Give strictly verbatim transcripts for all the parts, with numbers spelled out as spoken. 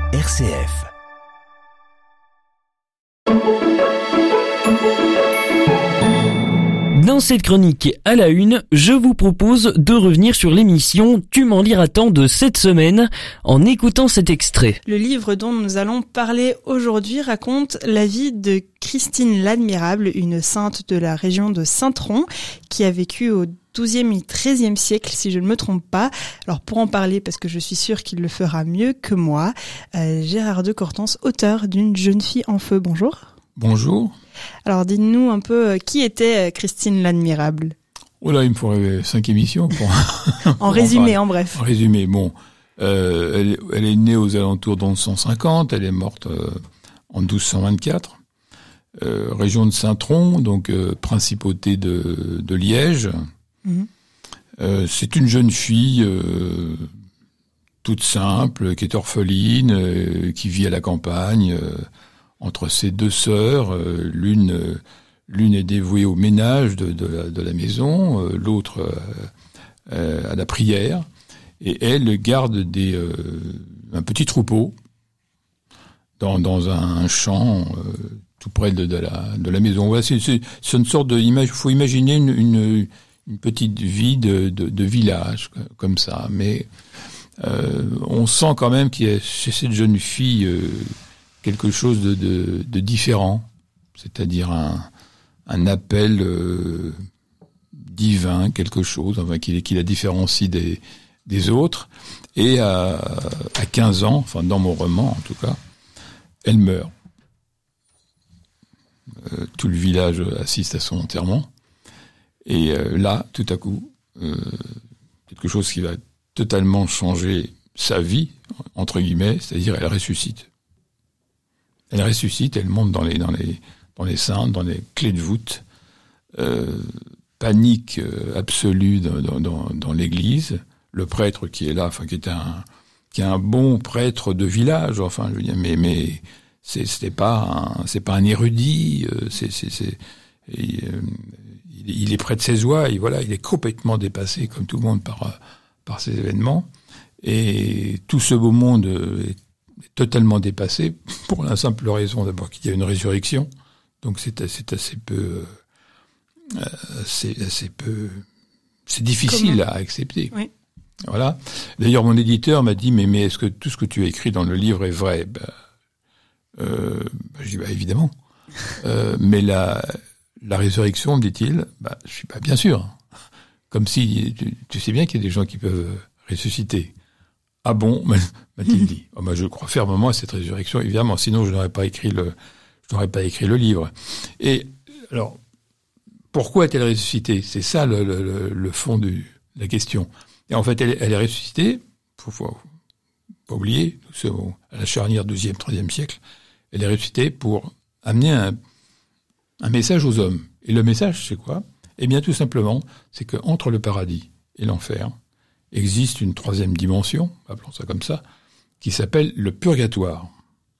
R C F. Dans cette chronique à la une, je vous propose de revenir sur l'émission Tu m'en liras tant de cette semaine en écoutant cet extrait. Le livre dont nous allons parler aujourd'hui raconte la vie de Christine l'Admirable, une sainte de la région de Saint-Tron qui a vécu au douzième et treizième siècle, si je ne me trompe pas. Alors pour en parler, parce que je suis sûre qu'il le fera mieux que moi, euh, Gérard de Cortance, auteur d'une Jeune fille en feu. Bonjour. Bonjour. Alors dites-nous un peu, euh, qui était Christine l'Admirable ? Oh là, il me faudrait cinq émissions pour... en résumé, en, en bref. En résumé, bon. Euh, elle, elle est née aux alentours de onze cent cinquante, elle est morte euh, en douze cent vingt-quatre. Euh, région de Saint-Tron, donc euh, principauté de, de Liège. Mmh. Euh, c'est une jeune fille euh, toute simple, qui est orpheline, euh, qui vit à la campagne, euh, entre ses deux sœurs. Euh, l'une, euh, l'une est dévouée au ménage de, de, la, de la maison, euh, l'autre euh, euh, à la prière, et elle garde des, euh, un petit troupeau dans, dans un champ euh, tout près de, de, la, de la maison. Voilà, c'est, c'est, c'est une sorte de image. Il faut imaginer une, une, une petite vie de, de, de village comme ça, mais euh, on sent quand même qu'il y a chez cette jeune fille euh, quelque chose de, de, de différent, c'est-à-dire un, un appel euh, divin, quelque chose, enfin qui, qui la différencie des, des autres. Et à, à quinze ans, enfin dans mon roman en tout cas, elle meurt. Euh, tout le village assiste à son enterrement. Et euh, là, tout à coup, euh, quelque chose qui va totalement changer sa vie, entre guillemets, c'est-à-dire elle ressuscite. Elle ressuscite, elle monte dans les dans les dans les saintes, dans les clés de voûte, euh, panique absolue dans, dans, dans l'église. Le prêtre qui est là, enfin qui est un qui est un bon prêtre de village, enfin je veux dire, mais mais c'est c'est pas un, c'est pas un érudit, c'est c'est c'est et, euh, il, il est près de ses ouailles, voilà, il est complètement dépassé comme tout le monde par par ces événements, et tout ce beau monde est totalement dépassé pour la simple raison d'abord qu'il y a une résurrection, donc c'est c'est assez peu euh, c'est assez peu c'est difficile Comment à accepter. Oui. Voilà. D'ailleurs mon éditeur m'a dit mais mais est-ce que tout ce que tu as écrit dans le livre est vrai? Ben, euh, ben, je dis bah évidemment. euh, mais la la résurrection, me dit-il, bah je suis pas bien sûr. Comme si tu, tu sais bien qu'il y a des gens qui peuvent ressusciter. Ah bon, m'a-t-il dit. Oh, bah, je crois fermement à cette résurrection, évidemment. Sinon, je n'aurais pas écrit le, je n'aurais pas écrit le livre. Et alors, pourquoi est-elle ressuscitée? C'est ça le, le, le fond de la question. Et en fait, elle, elle est ressuscitée. Faut, faut pas oublier, c'est à la charnière douzième, treizième siècle. Elle est ressuscitée pour amener un, un message aux hommes. Et le message, c'est quoi? Eh bien, tout simplement, c'est que entre le paradis et l'enfer existe une troisième dimension, appelons ça comme ça, qui s'appelle le purgatoire.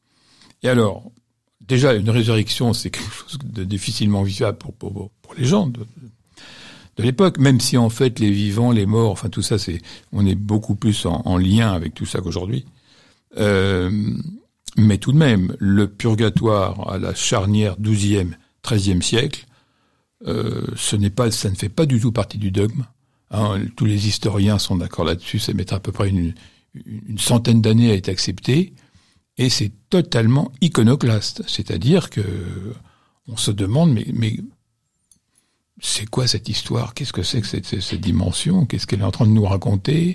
Et alors, déjà, une résurrection, c'est quelque chose de difficilement vivable pour, pour, pour les gens de, de l'époque, même si en fait les vivants, les morts, enfin tout ça, c'est, on est beaucoup plus en, en lien avec tout ça qu'aujourd'hui. Euh, mais tout de même, le purgatoire à la charnière douzième, treizième siècle, euh, ce n'est pas, ça ne fait pas du tout partie du dogme. Hein, tous les historiens sont d'accord là-dessus, ça met à peu près une, une centaine d'années à être accepté, et c'est totalement iconoclaste. C'est-à-dire que on se demande, mais, mais c'est quoi cette histoire? Qu'est-ce que c'est que cette, cette, cette dimension? Qu'est-ce qu'elle est en train de nous raconter?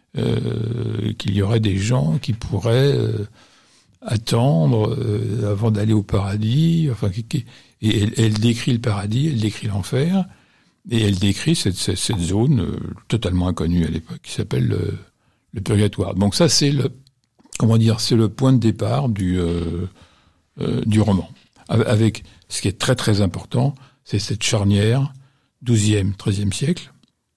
euh, Qu'il y aurait des gens qui pourraient euh, attendre euh, avant d'aller au paradis. Enfin, qui, qui, et elle, elle décrit le paradis, elle décrit l'enfer. Et elle décrit cette, cette, cette zone euh, totalement inconnue à l'époque, qui s'appelle le, le purgatoire. Donc ça, c'est le, comment dire, c'est le point de départ du euh, euh, du roman. Avec ce qui est très très important, c'est cette charnière douzième, treizième siècle,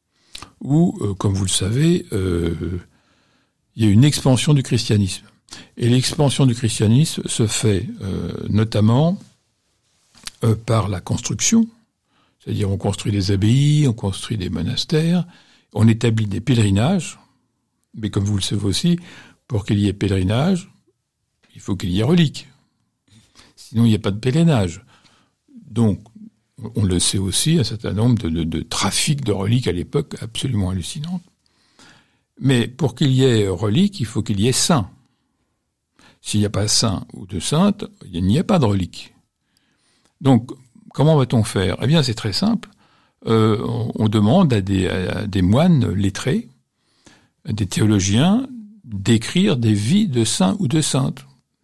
où, euh, comme vous le savez, euh, il y a une expansion du christianisme. Et l'expansion du christianisme se fait euh, notamment euh, par la construction. C'est-à-dire, on construit des abbayes, on construit des monastères, on établit des pèlerinages, mais comme vous le savez aussi, pour qu'il y ait pèlerinage, il faut qu'il y ait relique. Sinon, il n'y a pas de pèlerinage. Donc, on le sait aussi, un certain nombre de, de, de trafics de reliques à l'époque absolument hallucinantes. Mais pour qu'il y ait relique, il faut qu'il y ait saint. S'il n'y a pas saint ou de sainte, il n'y a pas de relique. Donc, comment va-t-on faire ? Eh bien, c'est très simple. Euh, on, on demande à des, à des moines lettrés, à des théologiens, d'écrire des vies de saints ou de saintes.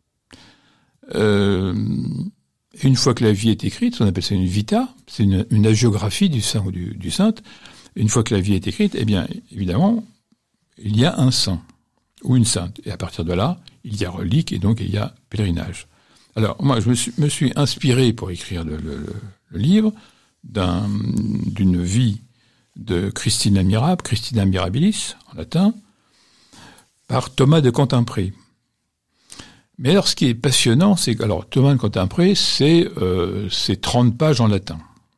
Euh, une fois que la vie est écrite, on appelle ça une vita, c'est une, une hagiographie du saint ou du, du sainte. Une fois que la vie est écrite, eh bien, évidemment, il y a un saint ou une sainte. Et à partir de là, il y a relique et donc il y a pèlerinage. Alors, moi, je me suis, me suis inspiré pour écrire le, le, le livre d'un, d'une vie de Christine l'Admirable, Christina Mirabilis, en latin, par Thomas de Cantimpré. Mais alors, ce qui est passionnant, c'est que, alors, Thomas de Cantimpré, c'est, euh, c'est trente pages en latin.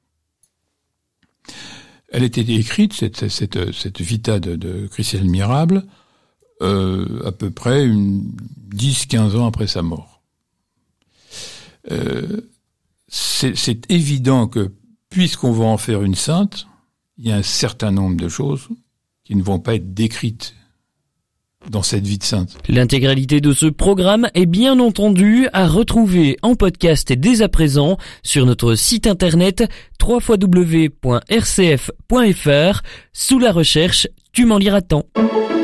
Elle était écrite, cette, cette, cette vita de, de Christine l'Admirable, euh, à peu près une dix à quinze ans après sa mort. Euh, c'est, c'est évident que, puisqu'on va en faire une sainte, il y a un certain nombre de choses qui ne vont pas être décrites dans cette vie de sainte. L'intégralité de ce programme est bien entendu à retrouver en podcast dès à présent sur notre site internet w w w point r c f point f r sous la recherche Tu m'en liras tant.